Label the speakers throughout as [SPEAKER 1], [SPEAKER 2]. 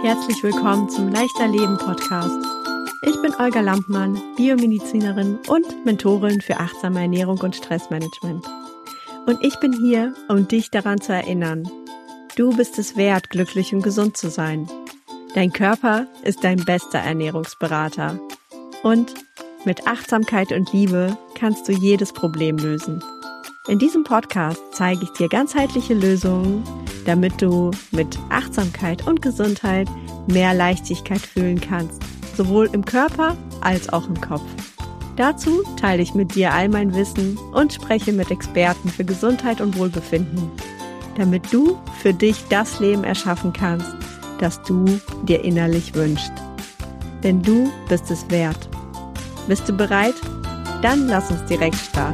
[SPEAKER 1] Herzlich willkommen zum Leichter Leben Podcast. Ich bin Olga Lampmann, Biomedizinerin und Mentorin für achtsame Ernährung und Stressmanagement. Und ich bin hier, um dich daran zu erinnern: Du bist es wert, glücklich und gesund zu sein. Dein Körper ist dein bester Ernährungsberater. Und mit Achtsamkeit und Liebe kannst du jedes Problem lösen. In diesem Podcast zeige ich dir ganzheitliche Lösungen, damit du mit Achtsamkeit und Gesundheit mehr Leichtigkeit fühlen kannst, sowohl im Körper als auch im Kopf. Dazu teile ich mit dir all mein Wissen und spreche mit Experten für Gesundheit und Wohlbefinden, damit du für dich das Leben erschaffen kannst, das du dir innerlich wünschst. Denn du bist es wert. Bist du bereit? Dann lass uns direkt starten.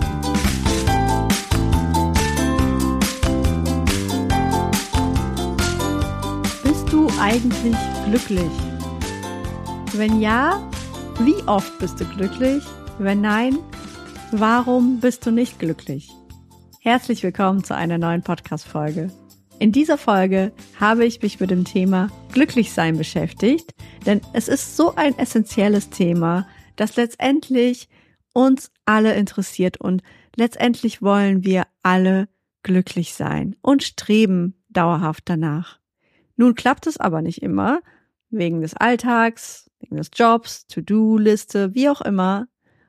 [SPEAKER 1] Bist du eigentlich glücklich? Wenn ja, wie oft bist du glücklich? Wenn nein, warum bist du nicht glücklich? Herzlich willkommen zu einer neuen Podcast-Folge. In dieser Folge habe ich mich mit dem Thema Glücklichsein beschäftigt, denn es ist so ein essentielles Thema, das letztendlich uns alle interessiert und letztendlich wollen wir alle glücklich sein und streben dauerhaft danach. Nun klappt es aber nicht immer, wegen des Alltags, wegen des Jobs, To-Do-Liste, wie auch immer.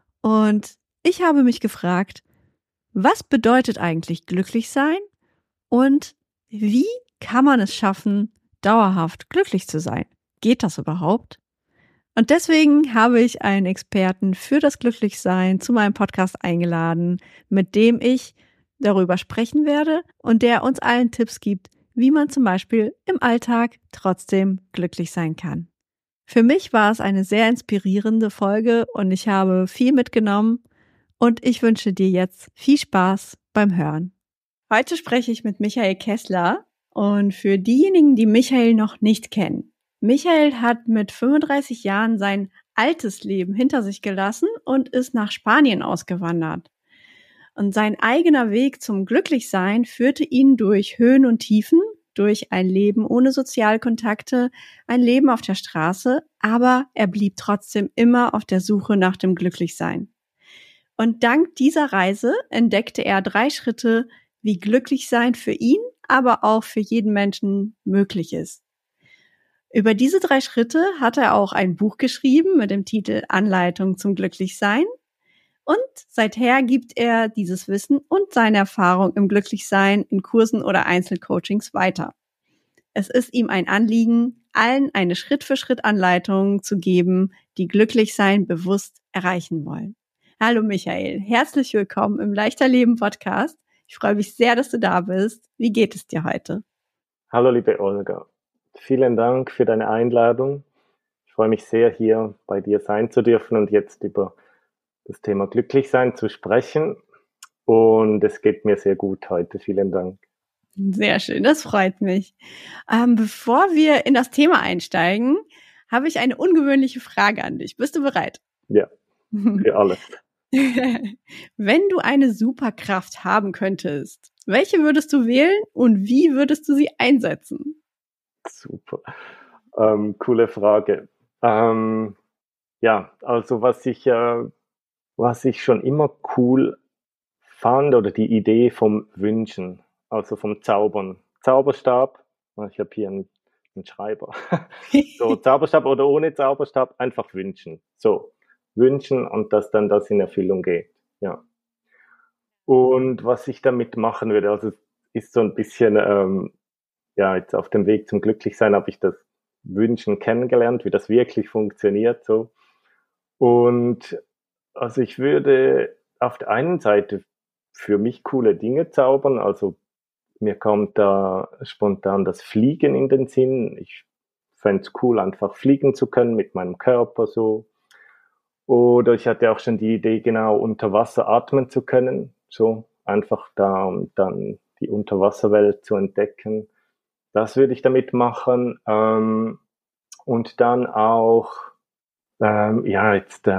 [SPEAKER 1] Und ich habe mich gefragt, was bedeutet eigentlich glücklich sein und wie kann man es schaffen, dauerhaft glücklich zu sein? Geht das überhaupt? Und deswegen habe ich einen Experten für das Glücklichsein zu meinem Podcast eingeladen, mit dem ich darüber sprechen werde und der uns allen Tipps gibt, wie man zum Beispiel im Alltag trotzdem glücklich sein kann. Für mich war es eine sehr inspirierende Folge und ich habe viel mitgenommen und ich wünsche dir jetzt viel Spaß beim Hören. Heute spreche ich mit Michael Kessler und für diejenigen, die Michael noch nicht kennen. Michael hat mit 35 Jahren sein altes Leben hinter sich gelassen und ist nach Spanien ausgewandert. Und sein eigener Weg zum Glücklichsein führte ihn durch Höhen und Tiefen, durch ein Leben ohne Sozialkontakte, ein Leben auf der Straße, aber er blieb trotzdem immer auf der Suche nach dem Glücklichsein. Und dank dieser Reise entdeckte er 3 Schritte, wie Glücklichsein für ihn, aber auch für jeden Menschen möglich ist. Über diese 3 Schritte hat er auch ein Buch geschrieben mit dem Titel Anleitung zum Glücklichsein. Und seither gibt er dieses Wissen und seine Erfahrung im Glücklichsein in Kursen oder Einzelcoachings weiter. Es ist ihm ein Anliegen, allen eine Schritt-für-Schritt-Anleitung zu geben, die Glücklichsein bewusst erreichen wollen. Hallo Michael, herzlich willkommen im Leichter Leben Podcast. Ich freue mich sehr, dass du da bist. Wie geht es dir heute?
[SPEAKER 2] Hallo liebe Olga, vielen Dank für deine Einladung. Ich freue mich sehr, hier bei dir sein zu dürfen und jetzt über das Thema Glücklichsein zu sprechen. Und es geht mir sehr gut heute. Vielen Dank.
[SPEAKER 1] Sehr schön, das freut mich. Bevor wir in das Thema einsteigen, habe ich eine ungewöhnliche Frage an dich. Bist du bereit?
[SPEAKER 2] Ja, für alles.
[SPEAKER 1] Wenn du eine Superkraft haben könntest, welche würdest du wählen und wie würdest du sie einsetzen?
[SPEAKER 2] Super. Coole Frage. Ja, also was ich schon immer cool fand, oder die Idee vom Wünschen, also vom Zaubern. Zauberstab, ich habe hier einen Schreiber. So, Zauberstab oder ohne Zauberstab, einfach wünschen. So, wünschen und dass dann das in Erfüllung geht. Ja. Und was ich damit machen würde, also ist so ein bisschen, ja, jetzt auf dem Weg zum Glücklichsein habe ich das Wünschen kennengelernt, wie das wirklich funktioniert, so. Und also ich würde auf der einen Seite für mich coole Dinge zaubern, also mir kommt da spontan das Fliegen in den Sinn. Ich fände es cool, einfach fliegen zu können mit meinem Körper so. Oder ich hatte auch schon die Idee, genau unter Wasser atmen zu können, so einfach da, um dann die Unterwasserwelt zu entdecken. Das würde ich damit machen. Und dann auch, ja, jetzt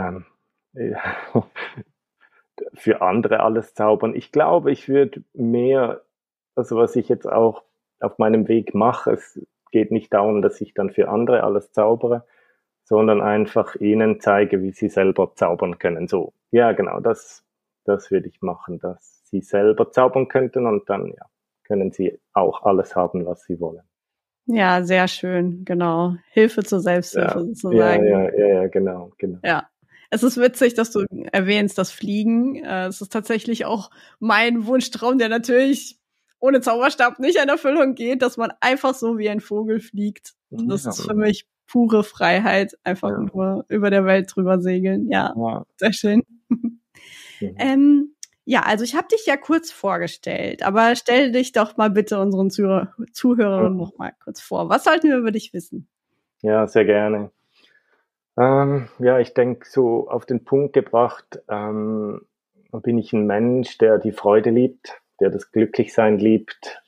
[SPEAKER 2] für andere alles zaubern. Ich glaube, ich würde mehr, also was ich jetzt auch auf meinem Weg mache, es geht nicht darum, dass ich dann für andere alles zaubere, sondern einfach ihnen zeige, wie sie selber zaubern können. So, ja, genau, das würde ich machen, dass sie selber zaubern könnten und dann, ja, können sie auch alles haben, was sie wollen.
[SPEAKER 1] Ja, sehr schön, genau. Hilfe zur Selbsthilfe sozusagen.
[SPEAKER 2] Ja, genau.
[SPEAKER 1] Ja. Es ist witzig, dass du erwähnst, das Fliegen. Es ist tatsächlich auch mein Wunschtraum, der natürlich ohne Zauberstab nicht in Erfüllung geht, dass man einfach so wie ein Vogel fliegt. Das ist für mich pure Freiheit, einfach nur über der Welt drüber segeln. Ja, sehr schön. Ja, also ich habe dich ja kurz vorgestellt, aber stell dich doch mal bitte unseren Zuhörern noch mal kurz vor. Was sollten wir über dich wissen?
[SPEAKER 2] Ja, sehr gerne. Ja, ich denke, so auf den Punkt gebracht, bin ich ein Mensch, der die Freude liebt, der das Glücklichsein liebt.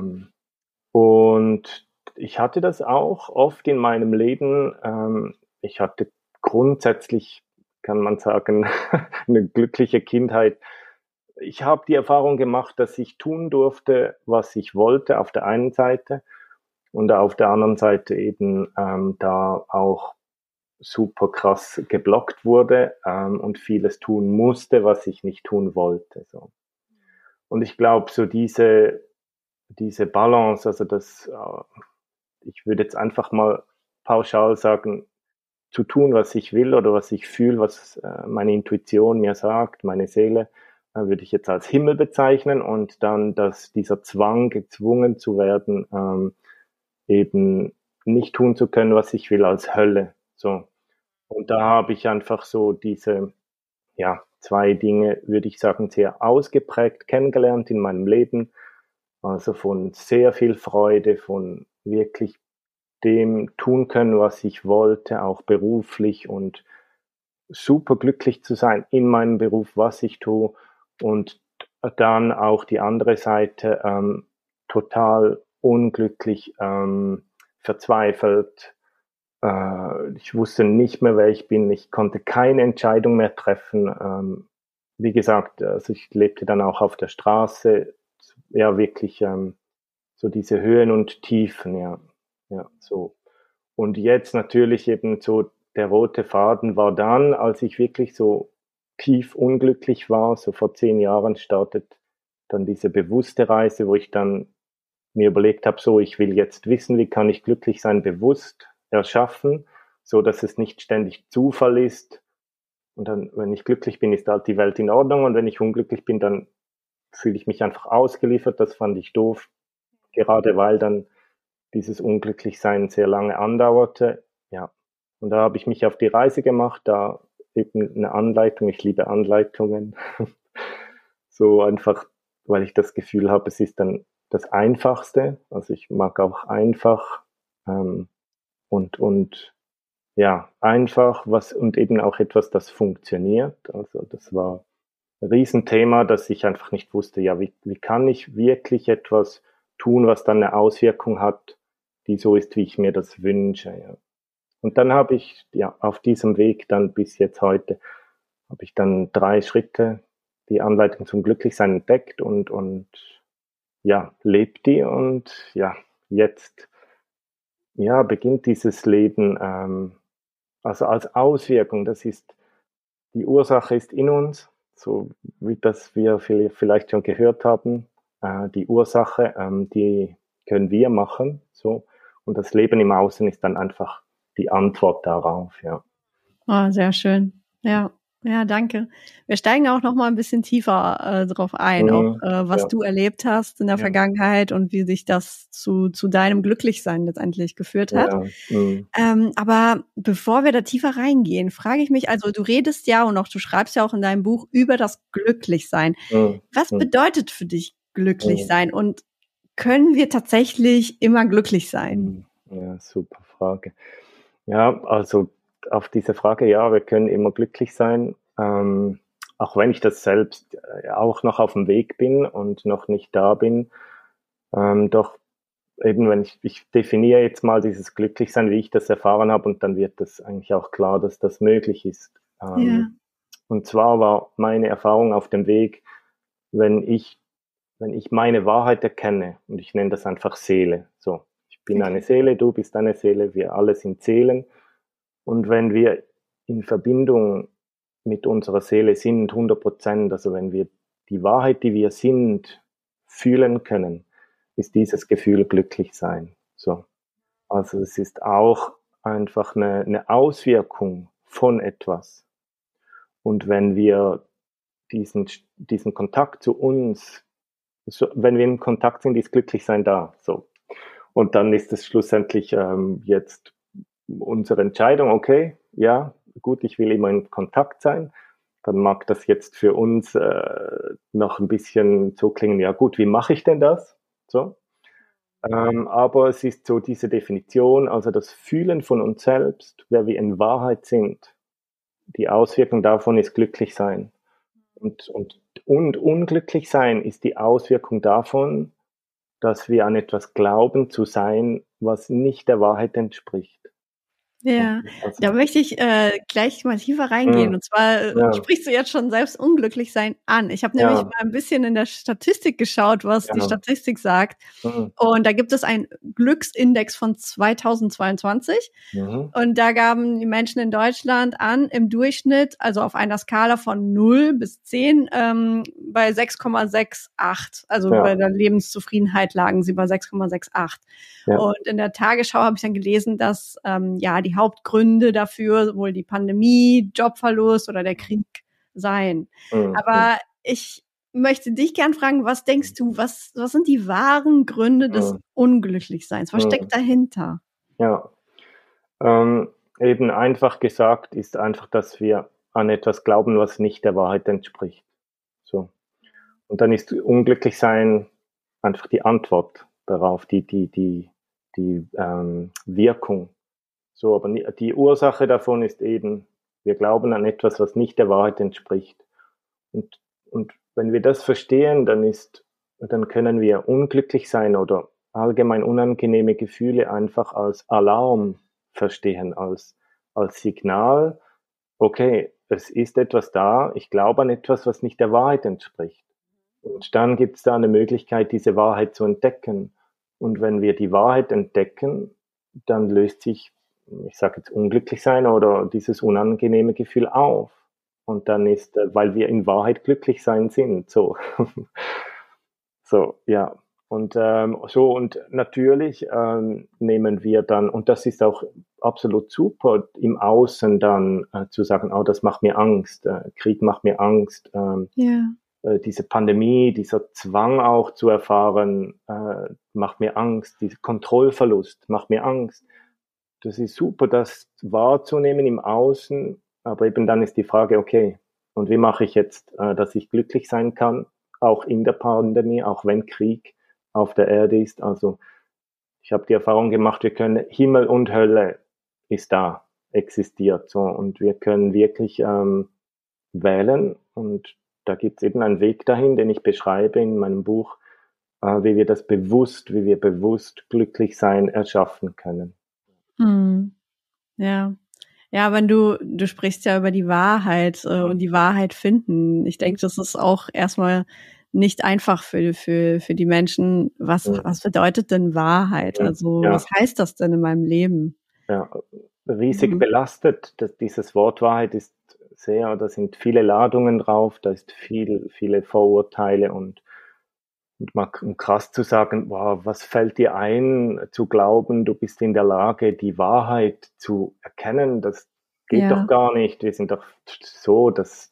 [SPEAKER 2] Und ich hatte das auch oft in meinem Leben. Ich hatte grundsätzlich, kann man sagen, eine glückliche Kindheit. Ich habe die Erfahrung gemacht, dass ich tun durfte, was ich wollte, auf der einen Seite, und auf der anderen Seite eben da auch super krass geblockt wurde und vieles tun musste, was ich nicht tun wollte. So. Und ich glaube, so diese Balance, also ich würde jetzt einfach mal pauschal sagen, zu tun, was ich will oder was ich fühle, was meine Intuition mir sagt, meine Seele, würde ich jetzt als Himmel bezeichnen, und dann, dass dieser Zwang, gezwungen zu werden, eben nicht tun zu können, was ich will, als Hölle. So. Und da habe ich einfach so diese, ja, zwei Dinge, würde ich sagen, sehr ausgeprägt kennengelernt in meinem Leben. Also von sehr viel Freude, von wirklich dem tun können, was ich wollte, auch beruflich, und super glücklich zu sein in meinem Beruf, was ich tue. Und dann auch die andere Seite, total unglücklich, verzweifelt. Ich wusste nicht mehr, wer ich bin. Ich konnte keine Entscheidung mehr treffen. Wie gesagt, also ich lebte dann auch auf der Straße. Ja, wirklich so diese Höhen und Tiefen, ja, so. Und jetzt natürlich eben so der rote Faden war dann, als ich wirklich so tief unglücklich war, so vor 10 Jahren startet dann diese bewusste Reise, wo ich dann mir überlegt habe, so, ich will jetzt wissen, wie kann ich glücklich sein, bewusst erschaffen, so dass es nicht ständig Zufall ist. Und dann, wenn ich glücklich bin, ist halt die Welt in Ordnung, und wenn ich unglücklich bin, dann fühle ich mich einfach ausgeliefert. Das fand ich doof, gerade weil dann dieses Unglücklichsein sehr lange andauerte. Ja. Und da habe ich mich auf die Reise gemacht, da eben eine Anleitung, ich liebe Anleitungen, so einfach, weil ich das Gefühl habe, es ist dann das Einfachste. Also ich mag auch einfach und ja, einfach was, und eben auch etwas, das funktioniert. Also das war ein Riesenthema, dass ich einfach nicht wusste, ja, wie kann ich wirklich etwas tun, was dann eine Auswirkung hat, die so ist, wie ich mir das wünsche. Ja. Und dann habe ich ja auf diesem Weg dann bis jetzt heute, habe ich dann 3 Schritte, die Anleitung zum Glücklichsein entdeckt und ja, lebt die, und ja, jetzt ja, beginnt dieses Leben, also als Auswirkung, das ist, die Ursache ist in uns, so wie das wir vielleicht schon gehört haben, die Ursache, die können wir machen, so, und das Leben im Außen ist dann einfach die Antwort darauf, ja.
[SPEAKER 1] Oh, sehr schön. Ja, danke. Wir steigen auch noch mal ein bisschen tiefer drauf ein, auch was du erlebt hast in der Vergangenheit und wie sich das zu deinem Glücklichsein letztendlich geführt hat. Aber bevor wir da tiefer reingehen, frage ich mich, also du redest ja und auch du schreibst ja auch in deinem Buch über das Glücklichsein. Was bedeutet für dich glücklich sein, und können wir tatsächlich immer glücklich sein?
[SPEAKER 2] Ja, super Frage. Ja, also auf diese Frage, ja, wir können immer glücklich sein, auch wenn ich das selbst auch noch auf dem Weg bin und noch nicht da bin. Doch eben, wenn ich definiere jetzt mal dieses Glücklichsein, wie ich das erfahren habe, und dann wird das eigentlich auch klar, dass das möglich ist. Und zwar war meine Erfahrung auf dem Weg, wenn ich meine Wahrheit erkenne, und ich nenne das einfach Seele, so. Ich bin eine Seele, du bist eine Seele, wir alle sind Seelen. Und wenn wir in Verbindung mit unserer Seele sind, 100%, also wenn wir die Wahrheit, die wir sind, fühlen können, ist dieses Gefühl glücklich sein. So. Also es ist auch einfach eine Auswirkung von etwas. Und wenn wir diesen Kontakt zu uns, so, wenn wir in Kontakt sind, ist Glücklichsein da. So. Und dann ist es schlussendlich jetzt unsere Entscheidung, okay, ja, gut, ich will immer in Kontakt sein. Dann mag das jetzt für uns noch ein bisschen so klingen, ja gut, wie mache ich denn das? So. Aber es ist so diese Definition, also das Fühlen von uns selbst, wer wir in Wahrheit sind, die Auswirkung davon ist glücklich sein. Und unglücklich sein ist die Auswirkung davon, dass wir an etwas glauben zu sein, was nicht der Wahrheit entspricht.
[SPEAKER 1] Ja, da möchte ich gleich mal tiefer reingehen. Und zwar sprichst du jetzt schon selbst unglücklich sein an. Ich habe nämlich mal ein bisschen in der Statistik geschaut, was die Statistik sagt. Und da gibt es einen Glücksindex von 2022. Und da gaben die Menschen in Deutschland an, im Durchschnitt, also auf einer Skala von 0 bis 10, bei 6,68. Also bei der Lebenszufriedenheit lagen sie bei 6,68. Ja. Und in der Tagesschau habe ich dann gelesen, dass die Hauptgründe dafür wohl die Pandemie, Jobverlust oder der Krieg seien. Aber ich möchte dich gern fragen, was denkst du, was sind die wahren Gründe des Unglücklichseins? Was steckt dahinter?
[SPEAKER 2] Ja, eben einfach gesagt ist einfach, dass wir an etwas glauben, was nicht der Wahrheit entspricht. So. Und dann ist Unglücklichsein einfach die Antwort darauf, die Wirkung. So, aber die Ursache davon ist eben, wir glauben an etwas, was nicht der Wahrheit entspricht. Und wenn wir das verstehen, dann können wir unglücklich sein oder allgemein unangenehme Gefühle einfach als Alarm verstehen, als Signal, okay, es ist etwas da, ich glaube an etwas, was nicht der Wahrheit entspricht. Und dann gibt es da eine Möglichkeit, diese Wahrheit zu entdecken. Und wenn wir die Wahrheit entdecken, dann löst sich, ich sage jetzt unglücklich sein oder dieses unangenehme Gefühl auf. Und dann ist, weil wir in Wahrheit glücklich sein sind, so. So, ja. Und und natürlich nehmen wir dann, und das ist auch absolut super, im Außen dann zu sagen, oh, das macht mir Angst, Krieg macht mir Angst, diese Pandemie, dieser Zwang auch zu erfahren, macht mir Angst, dieser Kontrollverlust macht mir Angst. Das ist super, das wahrzunehmen im Außen, aber eben dann ist die Frage, okay, und wie mache ich jetzt, dass ich glücklich sein kann, auch in der Pandemie, auch wenn Krieg auf der Erde ist. Also ich habe die Erfahrung gemacht, wir können, Himmel und Hölle ist da, existiert so, und wir können wirklich wählen, und da gibt es eben einen Weg dahin, den ich beschreibe in meinem Buch, wie wir bewusst glücklich sein erschaffen können.
[SPEAKER 1] Ja. Ja, wenn du sprichst ja über die Wahrheit und die Wahrheit finden. Ich denke, das ist auch erstmal nicht einfach für die Menschen. Was bedeutet denn Wahrheit? Also was heißt das denn in meinem Leben?
[SPEAKER 2] Ja, riesig belastet. Dieses Wort Wahrheit ist sehr, da sind viele Ladungen drauf, da ist viele Vorurteile und um krass zu sagen, wow, was fällt dir ein, zu glauben, du bist in der Lage, die Wahrheit zu erkennen, das geht doch gar nicht. Wir sind doch so,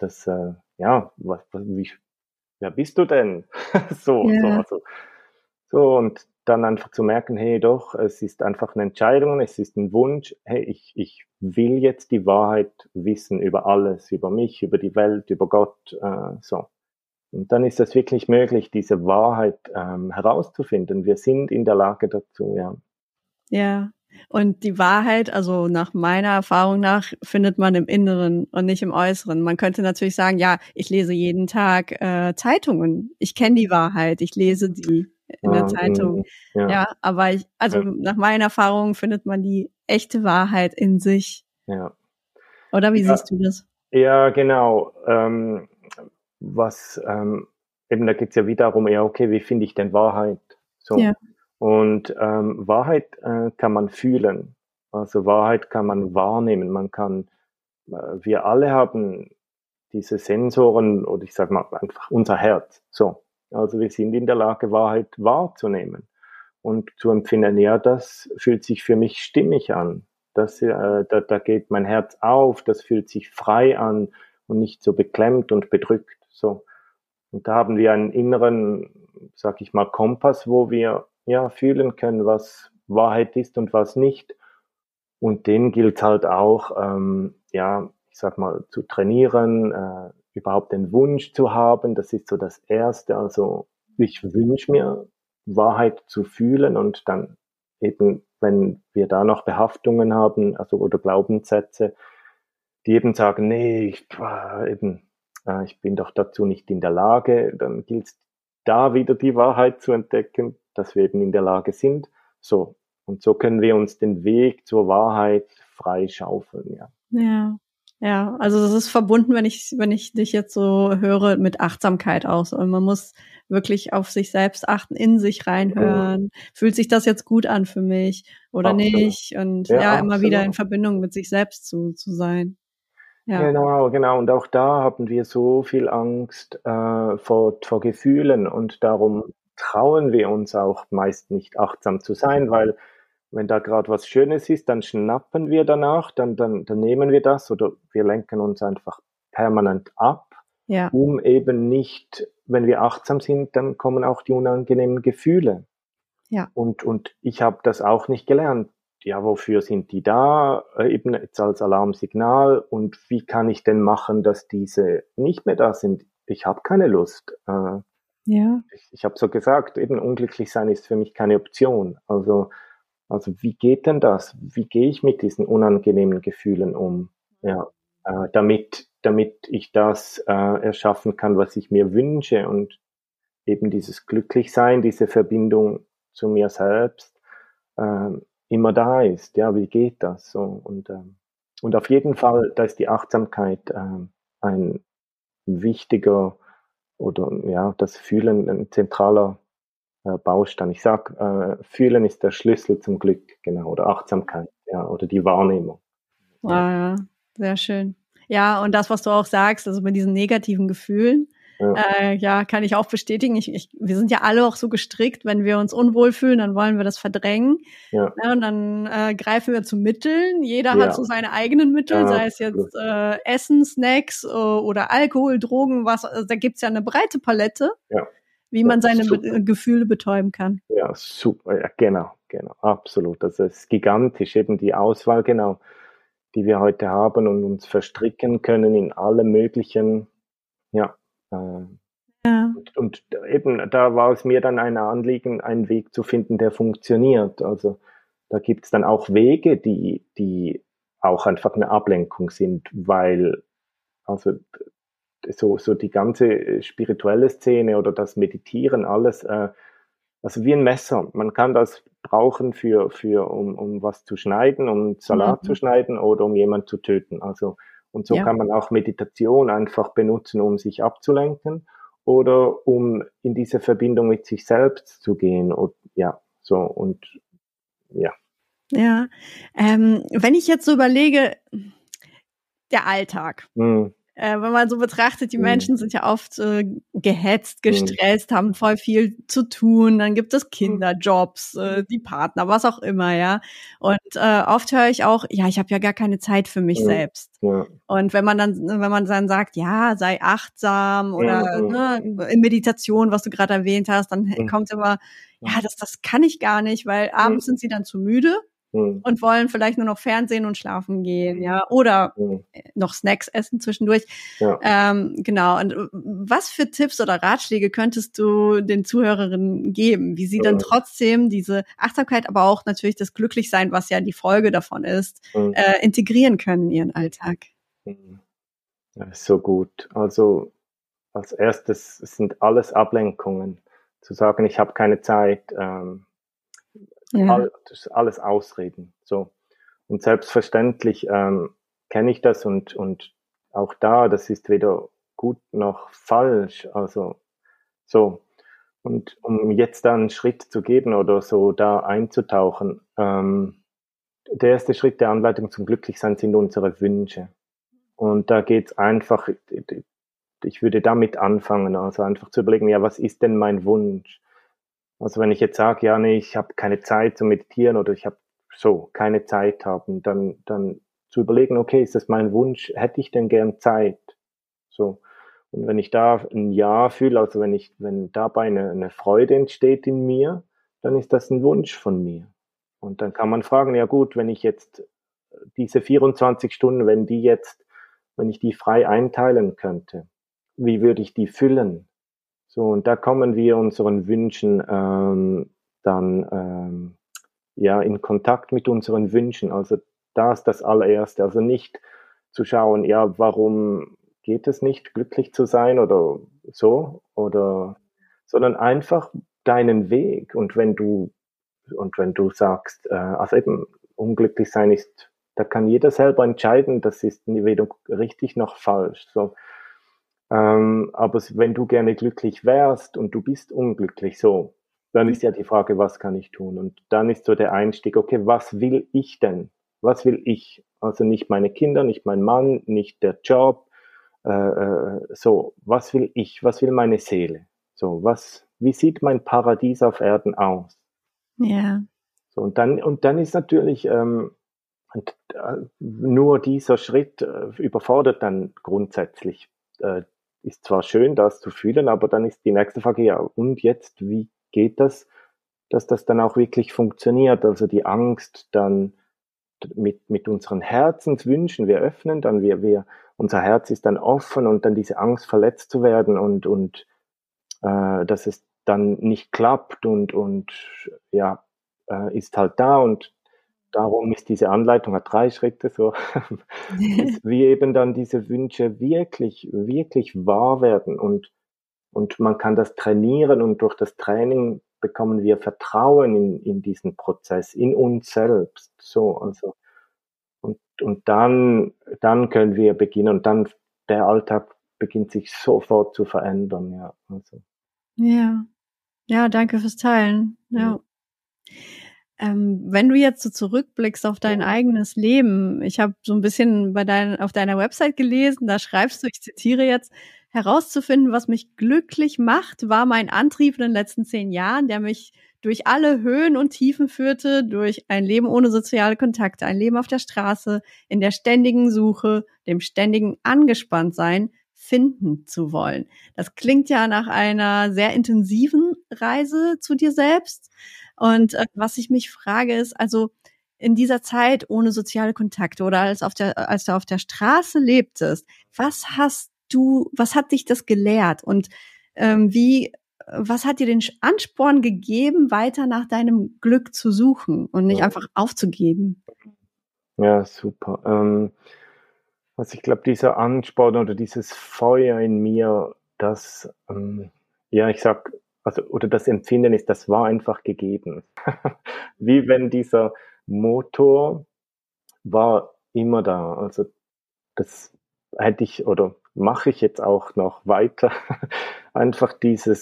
[SPEAKER 2] wer bist du denn? So, und dann einfach zu merken, hey, doch, es ist einfach eine Entscheidung, es ist ein Wunsch, hey, ich will jetzt die Wahrheit wissen über alles, über mich, über die Welt, über Gott, so. Und dann ist es wirklich möglich, diese Wahrheit herauszufinden. Wir sind in der Lage dazu, ja.
[SPEAKER 1] Ja, und die Wahrheit, also nach meiner Erfahrung nach, findet man im Inneren und nicht im Äußeren. Man könnte natürlich sagen, ja, ich lese jeden Tag Zeitungen. Ich kenne die Wahrheit, ich lese die in der Zeitung. Ja, aber nach meinen Erfahrungen findet man die echte Wahrheit in sich.
[SPEAKER 2] Ja.
[SPEAKER 1] Oder wie siehst du das?
[SPEAKER 2] Ja, genau. Eben da geht's ja wieder darum, ja, okay, wie finde ich denn Wahrheit? So. Ja. Und Wahrheit kann man fühlen. Also Wahrheit kann man wahrnehmen. Wir alle haben diese Sensoren oder ich sage mal einfach unser Herz. So, also wir sind in der Lage, Wahrheit wahrzunehmen und zu empfinden. Ja, das fühlt sich für mich stimmig an. Da geht mein Herz auf. Das fühlt sich frei an und nicht so beklemmt und bedrückt. So. Und da haben wir einen inneren, sag ich mal, Kompass, wo wir ja fühlen können, was Wahrheit ist und was nicht. Und den gilt halt auch, ja, ich sag mal, zu trainieren, überhaupt den Wunsch zu haben. Das ist so das Erste. Also ich wünsche mir, Wahrheit zu fühlen und dann eben, wenn wir da noch Behaftungen haben, also oder Glaubenssätze, die eben sagen, nee, ich bin doch dazu nicht in der Lage, dann gilt es da wieder die Wahrheit zu entdecken, dass wir eben in der Lage sind. So. Und so können wir uns den Weg zur Wahrheit freischaufeln, ja.
[SPEAKER 1] Ja. Ja, also das ist verbunden, wenn ich dich jetzt so höre, mit Achtsamkeit auch. Und man muss wirklich auf sich selbst achten, in sich reinhören. Fühlt sich das jetzt gut an für mich oder
[SPEAKER 2] Absolut.
[SPEAKER 1] nicht? Und ja, immer wieder in Verbindung mit sich selbst zu sein. Ja.
[SPEAKER 2] Genau. Und auch da haben wir so viel Angst vor Gefühlen und darum trauen wir uns auch meist nicht achtsam zu sein, weil wenn da gerade was Schönes ist, dann schnappen wir danach, dann nehmen wir das oder wir lenken uns einfach permanent ab,
[SPEAKER 1] Ja.
[SPEAKER 2] um eben nicht, wenn wir achtsam sind, dann kommen auch die unangenehmen Gefühle.
[SPEAKER 1] Ja.
[SPEAKER 2] Und ich habe das auch nicht gelernt. Ja, wofür sind die da? Eben jetzt als Alarmsignal. Und wie kann ich denn machen, dass diese nicht mehr da sind? Ich habe keine Lust.
[SPEAKER 1] Ja.
[SPEAKER 2] Ich habe so gesagt, eben unglücklich sein ist für mich keine Option. Also wie geht denn das? Wie gehe ich mit diesen unangenehmen Gefühlen um? Ja, damit ich das erschaffen kann, was ich mir wünsche und eben dieses Glücklichsein, diese Verbindung zu mir selbst immer da ist. Ja, wie geht das so? Und auf jeden Fall, da ist die Achtsamkeit ein wichtiger oder ja, das Fühlen ein zentraler Baustein. Ich sag, Fühlen ist der Schlüssel zum Glück, genau, oder Achtsamkeit, ja, oder die Wahrnehmung.
[SPEAKER 1] Ja, sehr schön. Ja, und das, was du auch sagst, also mit diesen negativen Gefühlen, ja, kann ich auch bestätigen. Wir sind ja alle auch so gestrickt, wenn wir uns unwohl fühlen, dann wollen wir das verdrängen.
[SPEAKER 2] Ja.
[SPEAKER 1] Ja, und dann greifen wir zu Mitteln. Jeder hat so seine eigenen Mittel, sei es jetzt Essen, Snacks oder Alkohol, Drogen, was. Also da gibt's ja eine breite Palette, wie man seine Gefühle betäuben kann.
[SPEAKER 2] Ja, super. Ja, genau, absolut. Das ist gigantisch, eben die Auswahl, genau, die wir heute haben und uns verstricken können in alle möglichen, Und eben, da war es mir dann ein Anliegen, einen Weg zu finden, der funktioniert. Also da gibt es dann auch Wege, die auch einfach eine Ablenkung sind, weil also so die ganze spirituelle Szene oder das Meditieren, alles, also wie ein Messer. Man kann das brauchen um was zu schneiden, um Salat zu schneiden oder um jemanden zu töten. Also, und so kann man auch Meditation einfach benutzen, um sich abzulenken oder um in diese Verbindung mit sich selbst zu gehen. Und ja,
[SPEAKER 1] Ja, wenn ich jetzt so überlege, der Alltag. Wenn man so betrachtet, die Menschen sind ja oft gehetzt, gestresst, haben voll viel zu tun. Dann gibt es Kinderjobs, die Partner, was auch immer, ja. Und oft höre ich auch, ja, ich habe ja gar keine Zeit für mich selbst.
[SPEAKER 2] Ja.
[SPEAKER 1] Und wenn man dann sagt, ja, sei achtsam oder in Meditation, was du gerade erwähnt hast, dann kommt immer, ja, das kann ich gar nicht, weil abends sind sie dann zu müde. Und wollen vielleicht nur noch Fernsehen und schlafen gehen, ja, oder noch Snacks essen zwischendurch.
[SPEAKER 2] Ja.
[SPEAKER 1] Genau. Und was für Tipps oder Ratschläge könntest du den Zuhörerinnen geben, wie sie dann trotzdem diese Achtsamkeit, aber auch natürlich das Glücklichsein, was ja die Folge davon ist, integrieren können in ihren Alltag?
[SPEAKER 2] Das ist so gut. Also als erstes sind alles Ablenkungen. Zu sagen, ich habe keine Zeit, das ist alles Ausreden. So. Und selbstverständlich kenne ich das und auch da, das ist weder gut noch falsch. Also so. Und um jetzt da einen Schritt zu geben oder so da einzutauchen, der erste Schritt der Anleitung zum Glücklichsein sind unsere Wünsche. Und da geht's einfach, ich würde damit anfangen, also einfach zu überlegen, ja, was ist denn mein Wunsch? Also wenn ich jetzt sage, ja, nee, ich habe keine Zeit zu meditieren oder ich habe so keine Zeit haben, dann zu überlegen, okay, ist das mein Wunsch? Hätte ich denn gern Zeit? So. Und wenn ich da ein Ja fühle, also wenn dabei eine Freude entsteht in mir, dann ist das ein Wunsch von mir. Und dann kann man fragen, ja gut, wenn ich jetzt diese 24 Stunden, wenn ich die frei einteilen könnte, wie würde ich die füllen? So, und da kommen wir unseren Wünschen dann ja in Kontakt mit unseren Wünschen. Also da ist das allererste. Also nicht zu schauen, ja, warum geht es nicht, glücklich zu sein oder so, oder sondern einfach deinen Weg. Und wenn du sagst, also eben unglücklich sein ist, da kann jeder selber entscheiden, das ist weder richtig noch falsch. So, aber wenn du gerne glücklich wärst und du bist unglücklich, so, dann ist ja die Frage, was kann ich tun? Und dann ist so der Einstieg, okay, was will ich denn? Was will ich? Also nicht meine Kinder, nicht mein Mann, nicht der Job. So, was will ich? Was will meine Seele? So, wie sieht mein Paradies auf Erden aus?
[SPEAKER 1] Ja.
[SPEAKER 2] So, und dann ist natürlich nur dieser Schritt überfordert dann grundsätzlich. Ist zwar schön, das zu fühlen, aber dann ist die nächste Frage, ja, und jetzt, wie geht das, dass das dann auch wirklich funktioniert? Also die Angst dann mit unseren Herzenswünschen, wir öffnen, dann unser Herz ist dann offen und dann diese Angst verletzt zu werden und dass es dann nicht klappt und ja, ist halt da und darum ist diese Anleitung, hat 3 Schritte so, ist wie eben dann diese Wünsche wirklich, wirklich wahr werden und man kann das trainieren und durch das Training bekommen wir Vertrauen in diesen Prozess, in uns selbst, so, also, und dann können wir beginnen und dann der Alltag beginnt sich sofort zu verändern, ja, also.
[SPEAKER 1] Ja. Ja, danke fürs Teilen.
[SPEAKER 2] Mhm.
[SPEAKER 1] Ja. Wenn du jetzt so zurückblickst auf dein eigenes Leben, ich habe so ein bisschen auf deiner Website gelesen, da schreibst du, ich zitiere jetzt: „Herauszufinden, was mich glücklich macht, war mein Antrieb in den letzten 10 Jahren, der mich durch alle Höhen und Tiefen führte, durch ein Leben ohne soziale Kontakte, ein Leben auf der Straße, in der ständigen Suche, dem ständigen Angespanntsein, finden zu wollen.“ Das klingt ja nach einer sehr intensiven Reise zu dir selbst. Und was ich mich frage ist, also in dieser Zeit ohne soziale Kontakte oder als du auf der Straße lebtest, was hat dich das gelehrt und was hat dir den Ansporn gegeben, weiter nach deinem Glück zu suchen und nicht einfach aufzugeben?
[SPEAKER 2] Ja, super. Also ich glaube, dieser Ansporn oder dieses Feuer in mir, ja, ich sag, also, oder das Empfinden ist, das war einfach gegeben. Wie wenn dieser Motor war immer da. Also das hätte ich oder mache ich jetzt auch noch weiter. Einfach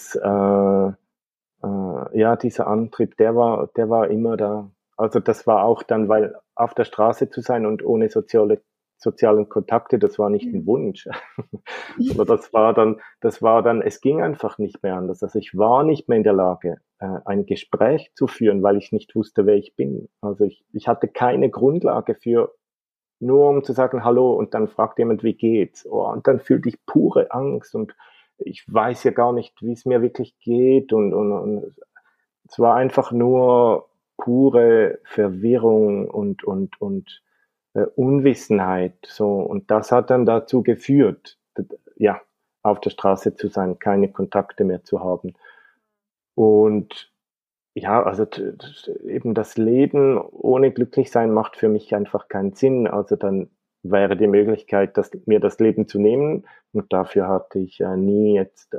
[SPEAKER 2] ja, dieser Antrieb, der war immer da. Also das war auch dann, weil auf der Straße zu sein und ohne sozialen Kontakte, das war nicht ein Wunsch. Sondern das war dann, es ging einfach nicht mehr anders. Also ich war nicht mehr in der Lage, ein Gespräch zu führen, weil ich nicht wusste, wer ich bin. Also ich hatte keine Grundlage nur um zu sagen Hallo und dann fragt jemand, wie geht's? Oh, und dann fühlte ich pure Angst und ich weiß ja gar nicht, wie es mir wirklich geht und es war einfach nur pure Verwirrung und Unwissenheit, so. Und das hat dann dazu geführt, ja, auf der Straße zu sein, keine Kontakte mehr zu haben. Und ja, also eben das Leben ohne glücklich sein macht für mich einfach keinen Sinn. Also dann wäre die Möglichkeit, mir das Leben zu nehmen. Und dafür hatte ich nie jetzt,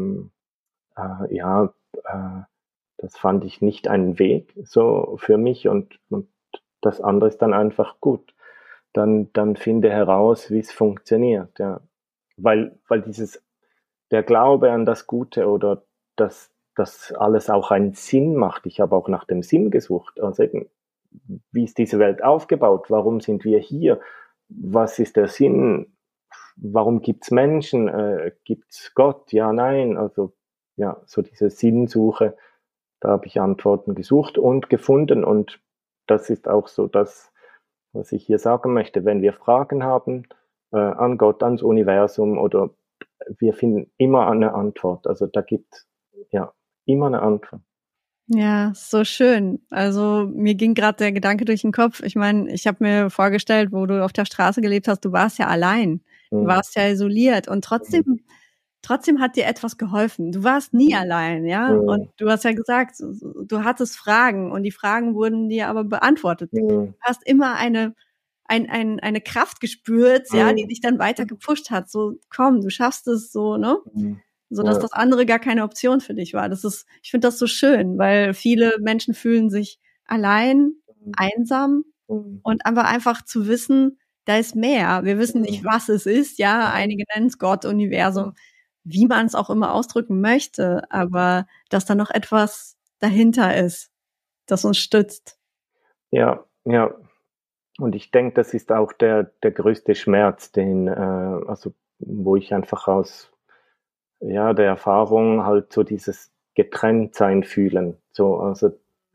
[SPEAKER 2] ja, das fand ich nicht einen Weg so für mich und das andere ist dann einfach gut. Dann finde heraus, wie es funktioniert, ja. Weil der Glaube an das Gute oder das dass alles auch einen Sinn macht. Ich habe auch nach dem Sinn gesucht. Also eben, wie ist diese Welt aufgebaut? Warum sind wir hier? Was ist der Sinn? Warum gibt's Menschen? Gibt's Gott? Ja, nein. Also ja, so diese Sinnsuche, da habe ich Antworten gesucht und gefunden. Und das ist auch so das, was ich hier sagen möchte. Wenn wir Fragen haben an Gott, ans Universum, oder wir finden immer eine Antwort. Also da gibt ja immer eine Antwort.
[SPEAKER 1] Ja, so schön. Also mir ging gerade der Gedanke durch den Kopf. Ich meine, ich habe mir vorgestellt, wo du auf der Straße gelebt hast, du warst ja allein. Du warst ja isoliert und trotzdem hat dir etwas geholfen. Du warst nie allein, ja? Und du hast ja gesagt, du hattest Fragen und die Fragen wurden dir aber beantwortet. Du hast immer eine Kraft gespürt, ja, die dich dann weiter gepusht hat. So, komm, du schaffst es, so, ne? So dass das andere gar keine Option für dich war. Ich finde das so schön, weil viele Menschen fühlen sich allein, einsam und aber einfach zu wissen, da ist mehr. Wir wissen nicht, was es ist, ja. Einige nennen es Gott, Universum, wie man es auch immer ausdrücken möchte, aber dass da noch etwas dahinter ist, das uns stützt.
[SPEAKER 2] Ja, ja. Und ich denke, das ist auch der größte Schmerz, also wo ich einfach aus der Erfahrung halt so dieses Getrenntsein fühlen. So, also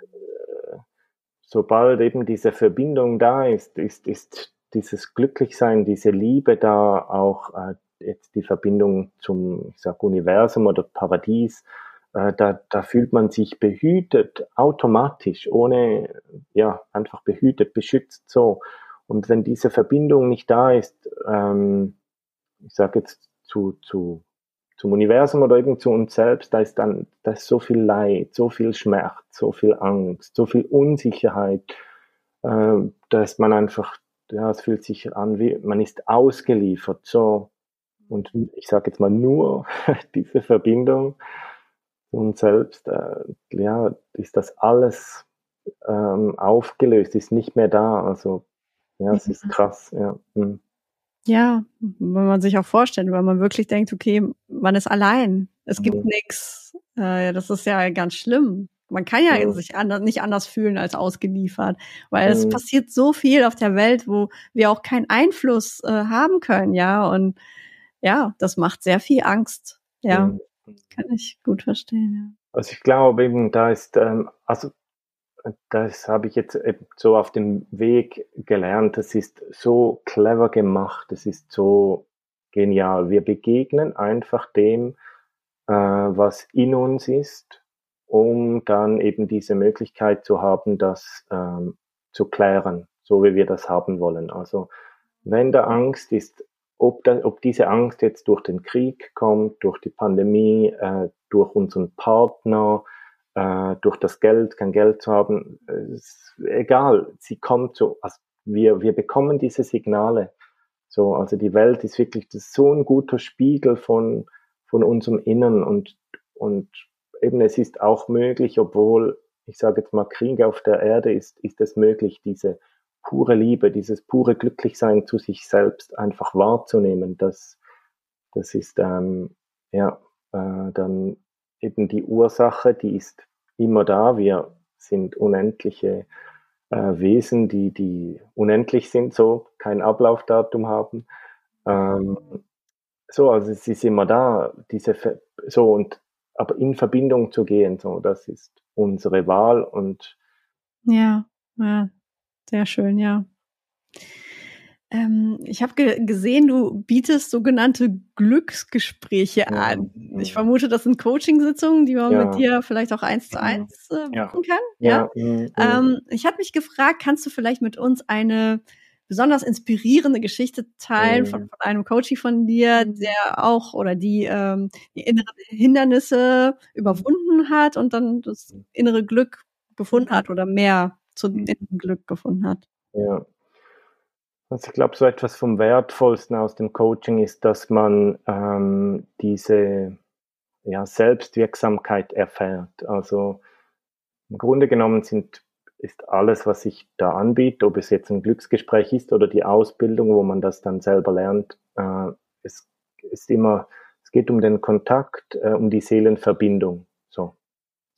[SPEAKER 2] sobald eben diese Verbindung da ist dieses Glücklichsein, diese Liebe da, auch jetzt die Verbindung zum, ich sag, Universum oder Paradies, da fühlt man sich behütet, automatisch, einfach behütet, beschützt so. Und wenn diese Verbindung nicht da ist, ich sage jetzt zum Universum oder eben zu uns selbst, da ist so viel Leid, so viel Schmerz, so viel Angst, so viel Unsicherheit, da ist man einfach, es fühlt sich an wie, man ist ausgeliefert, so. Und ich sage jetzt mal nur diese Verbindung zu uns selbst, ist das alles aufgelöst, ist nicht mehr da, also, es ist krass, ja.
[SPEAKER 1] Ja, wenn man sich auch vorstellt, weil man wirklich denkt, okay, man ist allein. Es gibt nichts. Das ist ja ganz schlimm. Man kann ja sich nicht anders fühlen als ausgeliefert, weil es passiert so viel auf der Welt, wo wir auch keinen Einfluss haben können, ja. Und ja, das macht sehr viel Angst. Ja, kann ich gut verstehen. Ja.
[SPEAKER 2] Also ich glaube eben, das habe ich jetzt eben so auf dem Weg gelernt. Das ist so clever gemacht. Das ist so genial. Wir begegnen einfach dem, was in uns ist, um dann eben diese Möglichkeit zu haben, das zu klären, so wie wir das haben wollen. Also wenn da Angst ist, ob diese Angst jetzt durch den Krieg kommt, durch die Pandemie, durch unseren Partner, durch das Geld, kein Geld zu haben, ist egal, sie kommt so, also wir bekommen diese Signale. So, also die Welt ist wirklich, das ist so ein guter Spiegel von unserem Innern und eben es ist auch möglich, obwohl, ich sage jetzt mal, Krieg auf der Erde ist es möglich, diese pure Liebe, dieses pure Glücklichsein zu sich selbst einfach wahrzunehmen. Das ist dann eben die Ursache, die ist immer da. Wir sind unendliche Wesen, die unendlich sind, so kein Ablaufdatum haben. Also es ist immer da, aber in Verbindung zu gehen, so, das ist unsere Wahl und
[SPEAKER 1] ja, sehr schön, ja. Ich habe gesehen, du bietest sogenannte Glücksgespräche an. Ich vermute, das sind Coaching-Sitzungen, die man mit dir vielleicht auch 1:1 buchen kann. Ja. Ich habe mich gefragt, kannst du vielleicht mit uns eine besonders inspirierende Geschichte teilen von einem Coachie von dir, der auch oder die inneren Hindernisse überwunden hat und dann das innere Glück gefunden hat oder mehr zum inneren Glück gefunden hat?
[SPEAKER 2] Ja. Also ich glaube, so etwas vom Wertvollsten aus dem Coaching ist, dass man diese Selbstwirksamkeit erfährt. Also im Grunde genommen ist alles, was ich da anbiete, ob es jetzt ein Glücksgespräch ist oder die Ausbildung, wo man das dann selber lernt, es geht um den Kontakt, um die Seelenverbindung. So.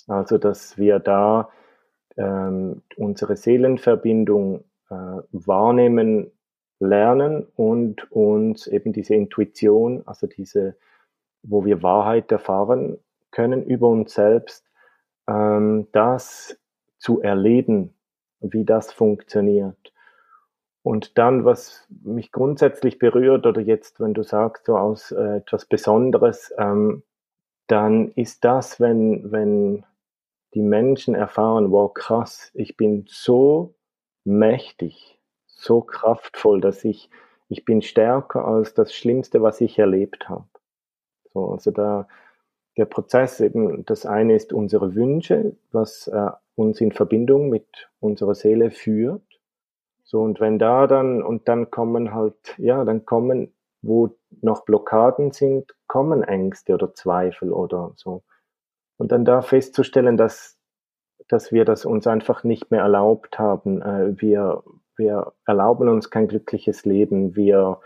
[SPEAKER 2] Also, dass wir da unsere Seelenverbindung wahrnehmen lernen und uns eben diese Intuition, also wo wir Wahrheit erfahren können über uns selbst, das zu erleben, wie das funktioniert. Und dann, was mich grundsätzlich berührt, oder jetzt, wenn du sagst, so aus etwas Besonderes, dann ist das, wenn die Menschen erfahren, wow, krass, ich bin so mächtig, so kraftvoll, dass ich bin stärker als das Schlimmste, was ich erlebt habe. So, also der Prozess eben, das eine ist unsere Wünsche, was uns in Verbindung mit unserer Seele führt. So, und wenn dann kommen halt, ja, dann kommen, wo noch Blockaden sind, kommen Ängste oder Zweifel oder so. Und dann da festzustellen, dass wir das uns einfach nicht mehr erlaubt haben. Wir erlauben uns kein glückliches Leben.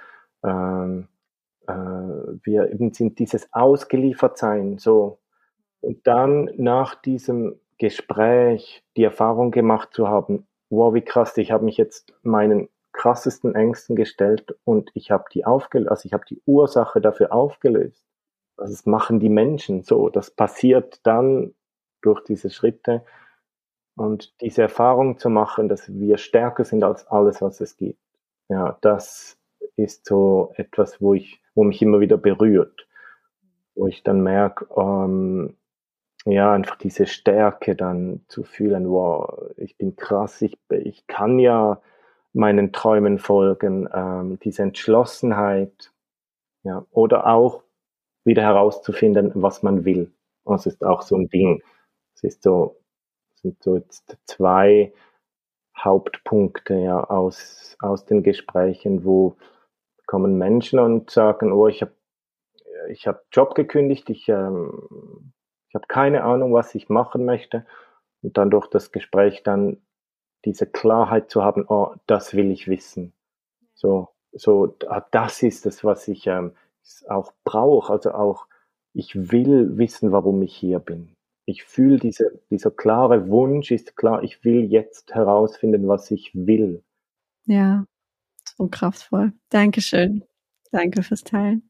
[SPEAKER 2] Wir eben sind dieses Ausgeliefertsein, so. Und dann nach diesem Gespräch die Erfahrung gemacht zu haben, wow, wie krass, ich habe mich jetzt meinen krassesten Ängsten gestellt und ich habe ich habe die Ursache dafür aufgelöst. Das machen die Menschen so. Das passiert dann durch diese Schritte und diese Erfahrung zu machen, dass wir stärker sind als alles, was es gibt. Ja, das ist so etwas, wo mich immer wieder berührt, wo ich dann merke, ja, einfach diese Stärke dann zu fühlen, wow, ich bin krass, ich kann ja meinen Träumen folgen, diese Entschlossenheit, ja, oder auch wieder herauszufinden, was man will. Das ist auch so ein Ding. Sind so jetzt zwei Hauptpunkte ja aus den Gesprächen, wo kommen Menschen und sagen, oh, ich hab Job gekündigt, ich habe keine Ahnung, was ich machen möchte. Und dann durch das Gespräch dann diese Klarheit zu haben, oh, das will ich wissen. So, das ist es, was ich auch brauche. Also auch, ich will wissen, warum ich hier bin. Ich fühle dieser klare Wunsch ist klar, ich will jetzt herausfinden, was ich will.
[SPEAKER 1] Ja, so kraftvoll. Dankeschön. Danke fürs Teilen.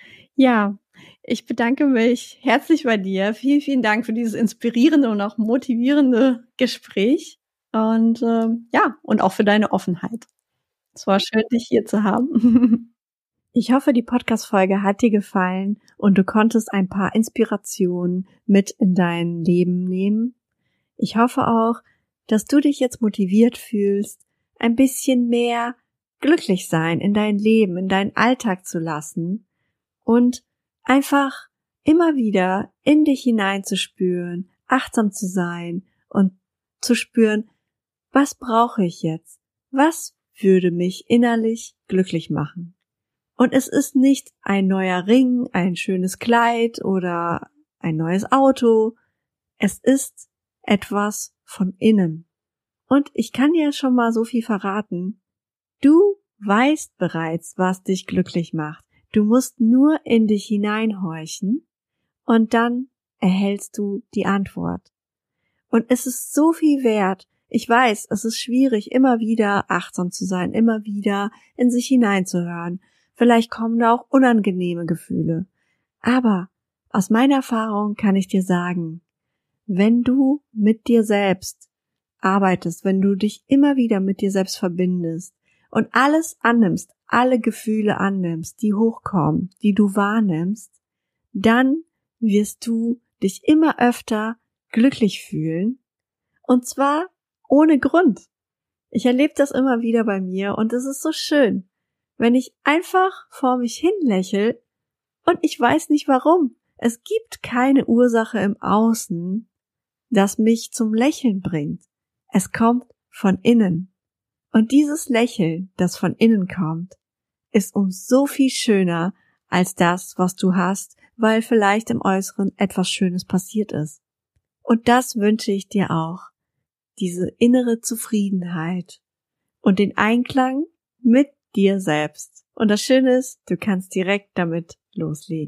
[SPEAKER 1] Ja, ich bedanke mich herzlich bei dir. Vielen, vielen Dank für dieses inspirierende und auch motivierende Gespräch. Und ja, und auch für deine Offenheit. Es war schön, dich hier zu haben. Ich hoffe, die Podcast-Folge hat dir gefallen und du konntest ein paar Inspirationen mit in dein Leben nehmen. Ich hoffe auch, dass du dich jetzt motiviert fühlst, ein bisschen mehr glücklich sein in dein Leben, in deinen Alltag zu lassen und einfach immer wieder in dich hineinzuspüren, achtsam zu sein und zu spüren, was brauche ich jetzt? Was würde mich innerlich glücklich machen? Und es ist nicht ein neuer Ring, ein schönes Kleid oder ein neues Auto. Es ist etwas von innen. Und ich kann dir schon mal so viel verraten. Du weißt bereits, was dich glücklich macht. Du musst nur in dich hineinhorchen und dann erhältst du die Antwort. Und es ist so viel wert. Ich weiß, es ist schwierig, immer wieder achtsam zu sein, immer wieder in sich hineinzuhören. Vielleicht kommen da auch unangenehme Gefühle. Aber aus meiner Erfahrung kann ich dir sagen, wenn du mit dir selbst arbeitest, wenn du dich immer wieder mit dir selbst verbindest und alles annimmst, alle Gefühle annimmst, die hochkommen, die du wahrnimmst, dann wirst du dich immer öfter glücklich fühlen. Und zwar ohne Grund. Ich erlebe das immer wieder bei mir und es ist so schön, wenn ich einfach vor mich hin lächel und ich weiß nicht warum. Es gibt keine Ursache im Außen, das mich zum Lächeln bringt. Es kommt von innen. Und dieses Lächeln, das von innen kommt, ist so viel schöner als das, was du hast, weil vielleicht im Äußeren etwas Schönes passiert ist. Und das wünsche ich dir auch. Diese innere Zufriedenheit und den Einklang mit dir selbst. Und das Schöne ist, du kannst direkt damit loslegen.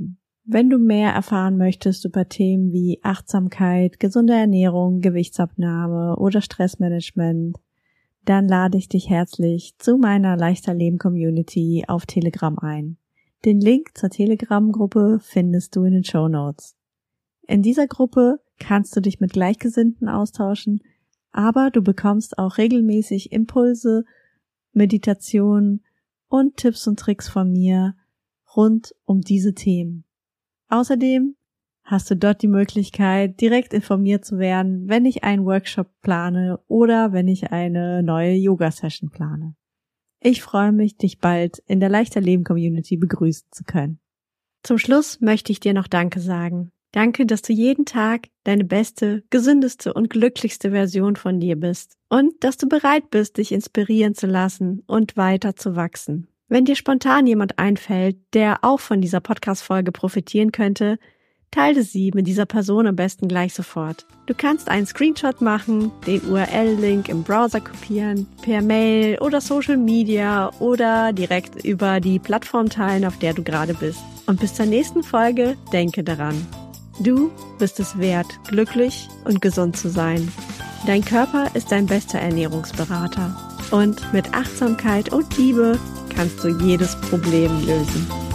[SPEAKER 1] Wenn du mehr erfahren möchtest über Themen wie Achtsamkeit, gesunde Ernährung, Gewichtsabnahme oder Stressmanagement, dann lade ich dich herzlich zu meiner Leichter Leben Community auf Telegram ein. Den Link zur Telegram-Gruppe findest du in den Shownotes. In dieser Gruppe kannst du dich mit Gleichgesinnten austauschen, aber du bekommst auch regelmäßig Impulse, Meditationen und Tipps und Tricks von mir rund um diese Themen. Außerdem hast du dort die Möglichkeit, direkt informiert zu werden, wenn ich einen Workshop plane oder wenn ich eine neue Yoga-Session plane. Ich freue mich, dich bald in der Leichter Leben Community begrüßen zu können. Zum Schluss möchte ich dir noch Danke sagen. Danke, dass du jeden Tag deine beste, gesündeste und glücklichste Version von dir bist und dass du bereit bist, dich inspirieren zu lassen und weiter zu wachsen. Wenn dir spontan jemand einfällt, der auch von dieser Podcast-Folge profitieren könnte, teile sie mit dieser Person am besten gleich sofort. Du kannst einen Screenshot machen, den URL-Link im Browser kopieren, per Mail oder Social Media oder direkt über die Plattform teilen, auf der du gerade bist. Und bis zur nächsten Folge denke daran: Du bist es wert, glücklich und gesund zu sein. Dein Körper ist dein bester Ernährungsberater. Und mit Achtsamkeit und Liebe kannst du jedes Problem lösen.